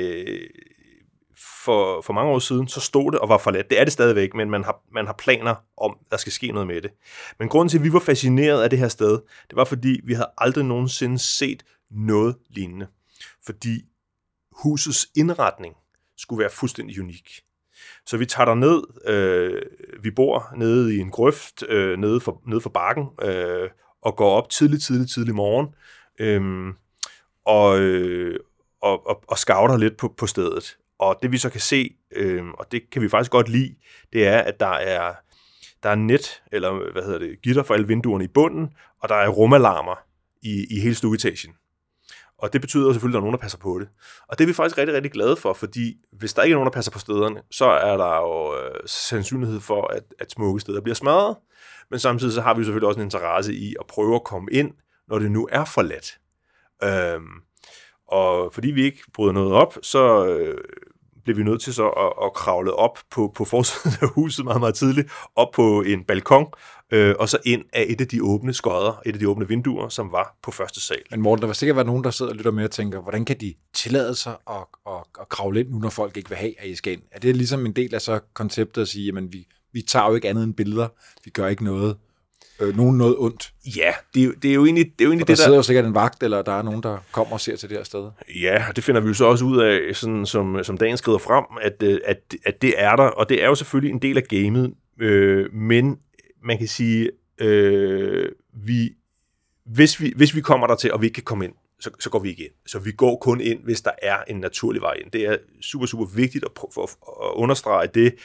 for mange år siden, så stod det og var forladt. Det er det stadigvæk, men man har planer om, der skal ske noget med det. Men grunden til, at vi var fascineret af det her sted, det var, fordi vi havde aldrig nogensinde set noget lignende. Fordi husets indretning skulle være fuldstændig unik. Så vi tager derned, vi bor nede i en grøft, nede for bakken, og går op tidlig morgen, og scouter lidt på stedet. Og det vi så kan se, og det kan vi faktisk godt lide, det er, at der er net, eller gitter for alle vinduerne i bunden, og der er rumalarmer i hele stueetagen. Og det betyder selvfølgelig, at der er nogen, der passer på det. Og det er vi faktisk rigtig, rigtig glade for, fordi hvis der ikke er nogen, der passer på stederne, så er der jo sandsynlighed for, at smukke steder bliver smadret. Men samtidig så har vi selvfølgelig også en interesse i at prøve at komme ind, når det nu er forladt. Og fordi vi ikke bryder noget op, så blev vi nødt til så at kravle op på forsiden af huset meget, meget tidligt, op på en balkon, og så ind af et af de åbne skodder, et af de åbne vinduer, som var på første sal. Men Morten, der vil sikkert være nogen, der sidder og lytter med og tænker, hvordan kan de tillade sig at kravle ind nu, når folk ikke vil have, at I skal ind? Er det ligesom en del af så konceptet at sige, jamen vi tager jo ikke andet end billeder, vi gør ikke noget ondt? Ja, det er jo egentlig det, der sidder jo sikkert en vagt, eller der er nogen, der kommer og ser til det her sted. Ja, og det finder vi jo så også ud af, sådan som dagen skrider frem, at det er der, og det er jo selvfølgelig en del af gamet, men man kan sige, hvis vi kommer der til, og vi ikke kan komme ind, så går vi ikke ind. Så vi går kun ind, hvis der er en naturlig vej ind. Det er super, super vigtigt at understrege det,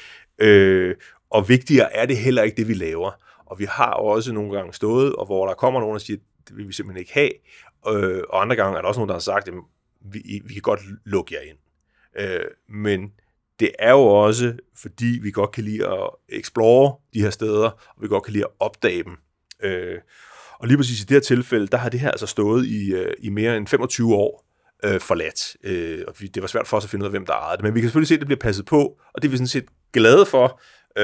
og vigtigere er det heller ikke det, vi laver. Og vi har også nogle gange stået, og hvor der kommer nogen og siger, det vil vi simpelthen ikke have, og andre gange er der også nogen, der har sagt, at vi kan godt lukke jer ind. Men det er jo også, fordi vi godt kan lide at explore de her steder, og vi godt kan lide at opdage dem. Og lige præcis i det her tilfælde, der har det her altså stået i mere end 25 år forladt. Og det var svært for os at finde ud af, hvem der ejede det. Men vi kan selvfølgelig se, at det bliver passet på, og det er vi sådan set glade for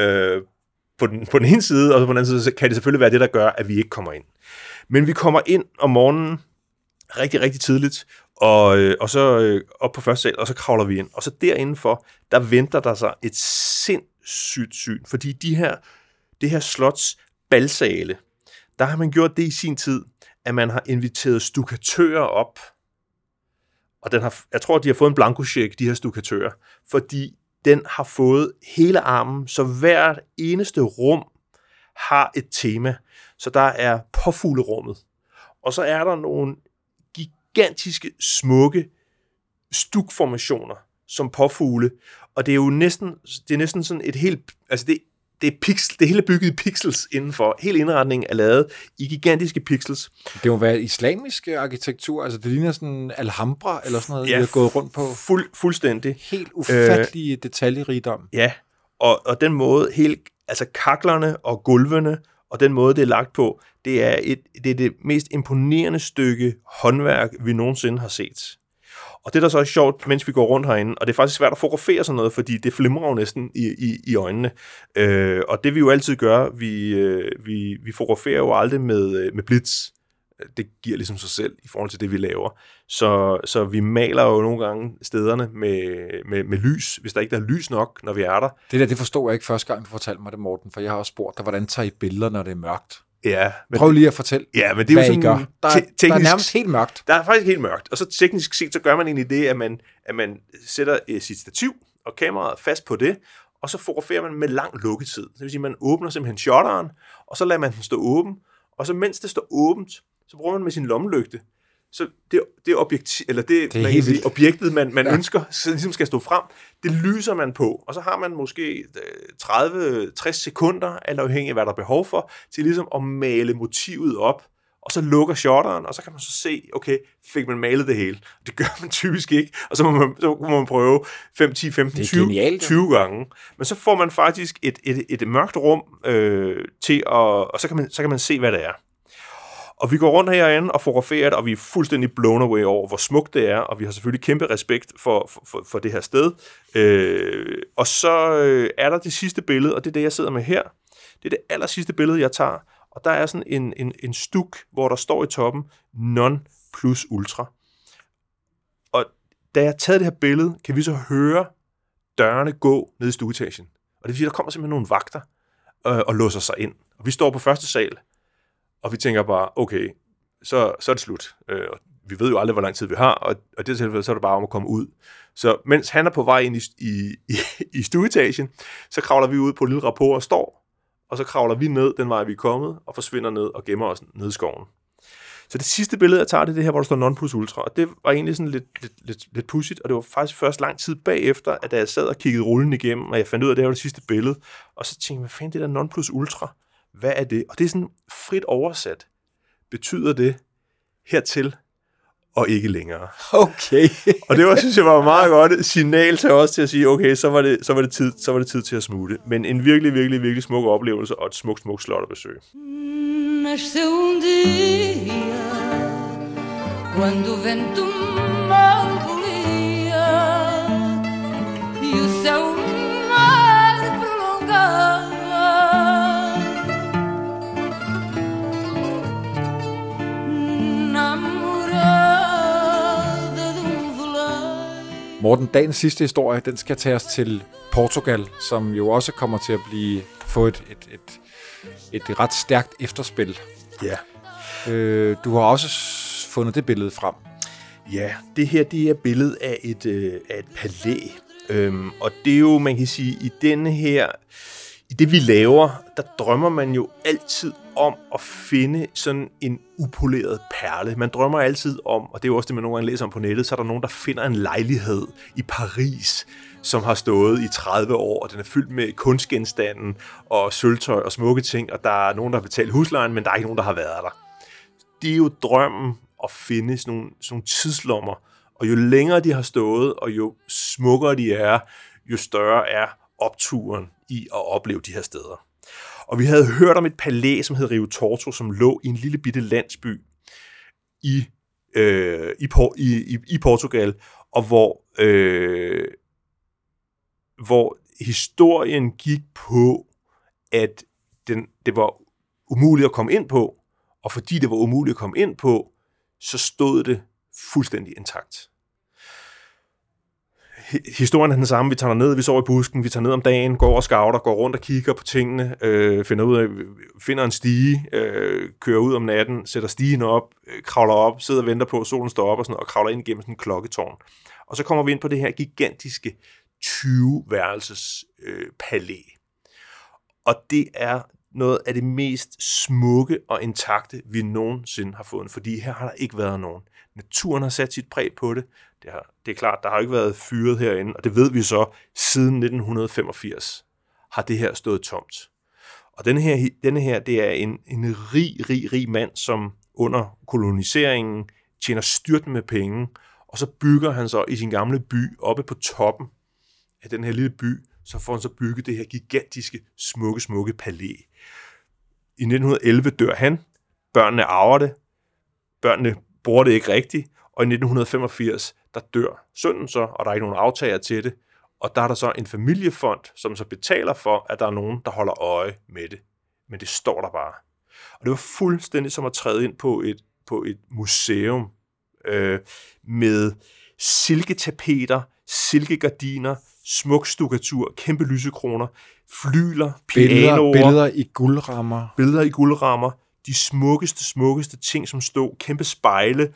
på den ene side, og på den anden side så kan det selvfølgelig være det, der gør, at vi ikke kommer ind. Men vi kommer ind om morgenen rigtig, rigtig tidligt, og så op på første sal, og så kravler vi ind. Og så derindenfor, der venter der sig et sindssygt syn, fordi det her slots balsale, der har man gjort det i sin tid, at man har inviteret stukatører op, og jeg tror, de har fået en blankocheck, de her stukatører, fordi den har fået hele armen, så hvert eneste rum har et tema. Så der er påfuglerummet, og så er der nogle gigantiske, smukke stukformationer som påfugle, og det er jo næsten sådan et helt, altså det hele er bygget i pixels indenfor. Hele indretningen er lavet i gigantiske pixels. Det må være islamisk arkitektur, altså det ligner sådan Alhambra eller sådan noget, vi har gået rundt på. Fuldstændig. Helt ufattelig detaljerigdom. Ja, og den måde, altså kaklerne og gulvene, og den måde, det er lagt på, det er det mest imponerende stykke håndværk, vi nogensinde har set. Og det, der så er sjovt, mens vi går rundt herinde, og det er faktisk svært at fotografere sådan noget, fordi det flimrer jo næsten i øjnene. Og det vi jo altid gør, vi fotograferer jo aldrig med blitz. Det giver ligesom sig selv i forhold til det, vi laver. Så vi maler jo nogle gange stederne med lys, hvis der ikke er lys nok, når vi er der. Det forstod jeg ikke første gang, du fortalte mig det, Morten, for jeg har også spurgt dig, hvordan tager I billeder, når det er mørkt? Ja, prøv lige at fortælle, men det er hvad jo I gør. Der er nærmest helt mørkt. Der er faktisk helt mørkt, og så teknisk set, så gør man egentlig det, at man sætter sit stativ og kameraet fast på det, og så fotograferer man med lang lukketid. Det vil sige, man åbner simpelthen shutteren, og så lader man den stå åben, og så mens det står åbent, så bruger man med sin lommelygte. Så det objektet, man ønsker, så ligesom skal stå frem, det lyser man på, og så har man måske 30-60 sekunder, alt afhængig af, hvad der er behov for, til ligesom at male motivet op, og så lukker shutteren, og så kan man så se, okay, fik man malet det hele? Det gør man typisk ikke, og så må man prøve 5, 10, 15, 20 gange. Men så får man faktisk et mørkt rum til at, og så kan man se, hvad det er. Og vi går rundt herinde og fotograferer det, og vi er fuldstændig blown away over, hvor smukt det er, og vi har selvfølgelig kæmpe respekt for det her sted. Og så er der det sidste billede, og det er det, jeg sidder med her. Det er det aller sidste billede, jeg tager, og der er sådan en stuk, hvor der står i toppen, non plus ultra. Og da jeg har taget det her billede, kan vi så høre dørene gå ned i stueetagen. Og det vil sige, der kommer simpelthen nogle vagter og låser sig ind. Og vi står på første sal, og vi tænker bare, okay, så er det slut. Vi ved jo aldrig, hvor lang tid vi har, og i det tilfælde, så er det bare om at komme ud. Så mens han er på vej ind i stueetagen, så kravler vi ud på et lille rapport og står, og så kravler vi ned den vej, vi er kommet, og forsvinder ned og gemmer os ned i skoven. Så det sidste billede, jeg tager, det er det her, hvor der står non plus ultra, og det var egentlig sådan lidt pudsigt, og det var faktisk først lang tid bagefter, at da jeg sad og kiggede rullen igennem, og jeg fandt ud af, at det var det sidste billede, og så tænkte jeg, hvad fanden det der non plus ultra? Hvad er det? Og det er sådan frit oversat. Betyder det hertil og ikke længere? Okay. Og det var, synes jeg, var et meget godt signal til os til at sige, okay, så var det tid til at smutte. Men en virkelig, virkelig, virkelig smuk oplevelse og et smukt slot at besøge. Nasceu dia quando o vento mal volia e o céu mar prolongava namorada de velay. Morten, dagens sidste historie, den skal tage os til Portugal, som jo også kommer til at få et ret stærkt efterspil. Ja. Du har også fundet det billede frem. Ja, det her det er billedet af et palæ. Og det er jo, man kan sige, i det vi laver, der drømmer man jo altid om at finde sådan en upoleret perle. Man drømmer altid om, og det er jo også det, man nogle gange læser om på nettet, så er der nogen, der finder en lejlighed i Paris, som har stået i 30 år, og den er fyldt med kunstgenstande og sølvtøj og smukke ting, og der er nogen, der har betalt huslejen, men der er ikke nogen, der har været der. Det er jo drømmen at finde sådan nogle tidslommer, og jo længere de har stået, og jo smukkere de er, jo større er opturen i at opleve de her steder. Og vi havde hørt om et palæ, som hed Rio Torto, som lå i en lille bitte landsby i Portugal, og hvor historien gik på, at det var umuligt at komme ind på, og fordi det var umuligt at komme ind på, så stod det fuldstændig intakt. Historien er den samme. Vi tager ned, vi sover i busken, vi tager ned om dagen, går over scouter, går rundt og kigger på tingene, finder en stige, kører ud om natten, sætter stigen op, kravler op, sidder og venter på, at solen står op og kravler ind gennem sådan en klokketårn. Og så kommer vi ind på det her gigantiske 20-værelses palæ. Og det er noget af det mest smukke og intakte, vi nogensinde har fået, fordi her har der ikke været nogen. Naturen har sat sit præg på det. Det er klart, der har ikke været fyret herinde, og det ved vi så, siden 1985 har det her stået tomt. Og denne her, det er en rig mand, som under koloniseringen tjener styrtende med penge, og så bygger han så i sin gamle by oppe på toppen af den her lille by, så får han så bygget det her gigantiske, smukke palæ. I 1911 dør han, børnene arver det, børnene bruger det ikke rigtigt, og i 1985, der dør sønnen så, og der er ikke nogen aftager til det, og der er der så en familiefond, som så betaler for, at der er nogen, der holder øje med det. Men det står der bare. Og det var fuldstændig som at træde ind på et museum med silketapeter, silkegardiner, smuk stukatur, kæmpe lysekroner, flygler, pianoer. Billeder i guldrammer. De smukkeste ting, som stod. Kæmpe spejle,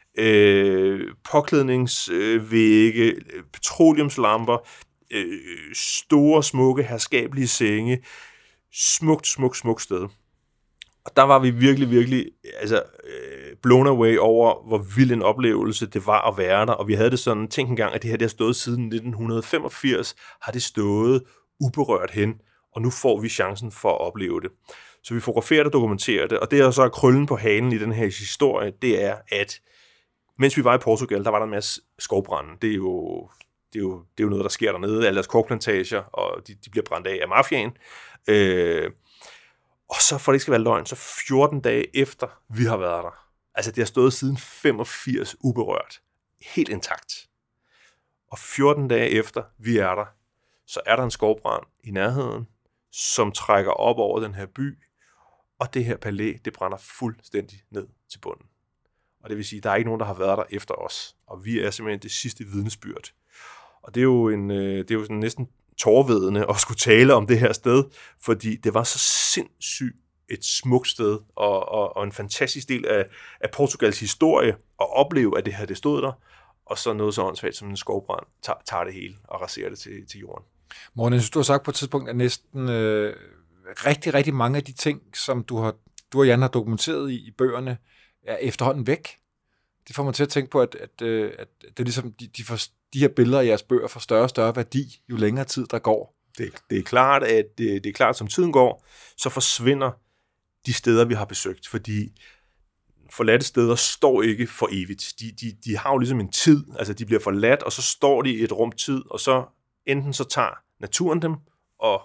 påklædningsvægge, petroleumslamper, store, smukke, herskabelige senge. Smukt sted. Og der var vi virkelig blown away over, hvor vild en oplevelse det var at være der. Og vi havde det sådan, tænk engang, at det her der stået siden 1985, har det stået uberørt hen, og nu får vi chancen for at opleve det. Så vi fotograferer det og dokumenterer det, og det er så krøllen på hanen i den her historie, det er, at mens vi var i Portugal, der var der en masse skovbrænde. Det er jo noget, der sker dernede. Alle deres korkplantager, og de bliver brændt af mafiaen. Og så, for det ikke skal være løgn, så 14 dage efter, vi har været der. Altså, det har stået siden 85 uberørt. Helt intakt. Og 14 dage efter, vi er der, så er der en skovbrand i nærheden, som trækker op over den her by, og det her palæ, det brænder fuldstændig ned til bunden. Og det vil sige, at der er ikke nogen, der har været der efter os. Og vi er simpelthen det sidste vidnesbyrd. Og det er jo sådan næsten tårvedende at skulle tale om det her sted, fordi det var så sindssygt et smukt sted, og en fantastisk del af Portugals historie, at opleve, at det her det stod der, og så noget så åndssvagt som en skovbrand tager det hele og raserer det til jorden. Morten, jeg synes, du har sagt på et tidspunkt, at næsten rigtig, rigtig mange af de ting, som du og Jan har dokumenteret i bøgerne, er efterhånden væk. Det får mig til at tænke på, at det er ligesom, de her billeder i jeres bøger får større og større værdi, jo længere tid der går. Det er klart, at det er klart, som tiden går, så forsvinder de steder, vi har besøgt, fordi forladte steder står ikke for evigt. De har jo ligesom en tid, altså de bliver forladt, og så står de i et rum tid, og så enten så tager naturen dem, og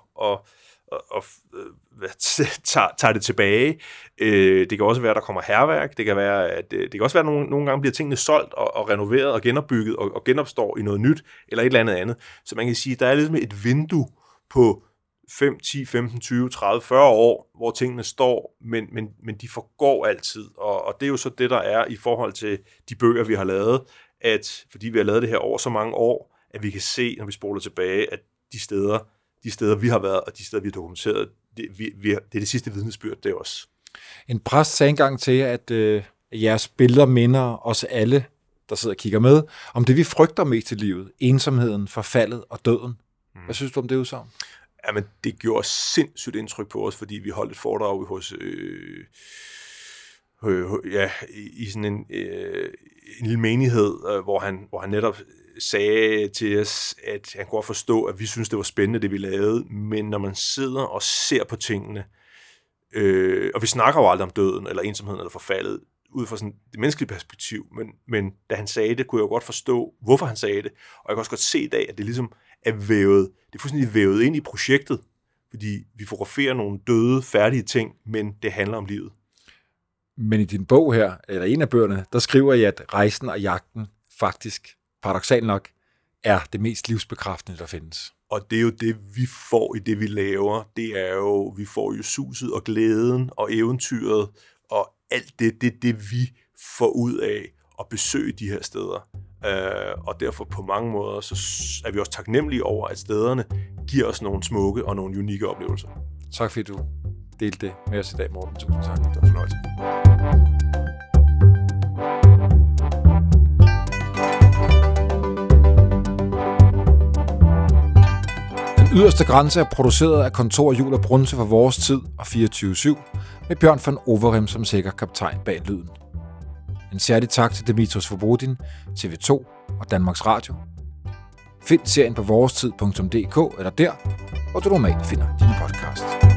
tager det tilbage. Det kan også være, at der kommer hærværk. Det kan også være, at nogle gange bliver tingene solgt og renoveret og genopbygget og genopstår i noget nyt, eller et eller andet. Så man kan sige, at der er ligesom et vindue på 5, 10, 15, 20, 30, 40 år, hvor tingene står, men de forgår altid. Og det er jo så det, der er i forhold til de bøger, vi har lavet, at fordi vi har lavet det her over så mange år, at vi kan se, når vi spoler tilbage, at de steder, vi har været, og de steder, vi har dokumenteret, det er det sidste vidnesbyrd, det er også. En præst sagde engang til jer, at jeres billeder minder os alle, der sidder og kigger med, om det, vi frygter mest i livet, ensomheden, forfaldet og døden. Hvad synes du om det udsagn? Jamen, det gjorde sindssygt indtryk på os, fordi vi holdt et foredrag hos i sådan en lille menighed, hvor han netop sagde til os, at han kunne forstå, at vi synes det var spændende, det vi lavede, men når man sidder og ser på tingene, og vi snakker jo aldrig om døden, eller ensomheden, eller forfaldet, ud fra sådan det menneskelige perspektiv, men da han sagde det, kunne jeg jo godt forstå, hvorfor han sagde det, og jeg kan også godt se i dag, at det ligesom er vævet, det er fuldstændig vævet ind i projektet, fordi vi fotograferer nogle døde, færdige ting, men det handler om livet. Men i din bog her, eller en af bøgerne, der skriver I, at rejsen og jagten faktisk, paradoksalt nok, er det mest livsbekræftende, der findes. Og det er jo det, vi får i det, vi laver. Det er jo, vi får jo suset og glæden og eventyret, og alt det vi får ud af at besøge de her steder. Og derfor på mange måder, så er vi også taknemmelige over, at stederne giver os nogle smukke og nogle unikke oplevelser. Tak fordi du delte det med os i dag, Morten. Tusind tak. Det var fornøjelse. Den yderste grænse er produceret af Kontor Jul og Brunse for Vores Tid og 24/7 med Bjørn van Overem som sikker kaptajn bag lyden. En særlig tak til Dimitros Svobodin, TV2 og Danmarks Radio. Find serien på vorestid.dk eller der, hvor du normalt finder dine podcasts.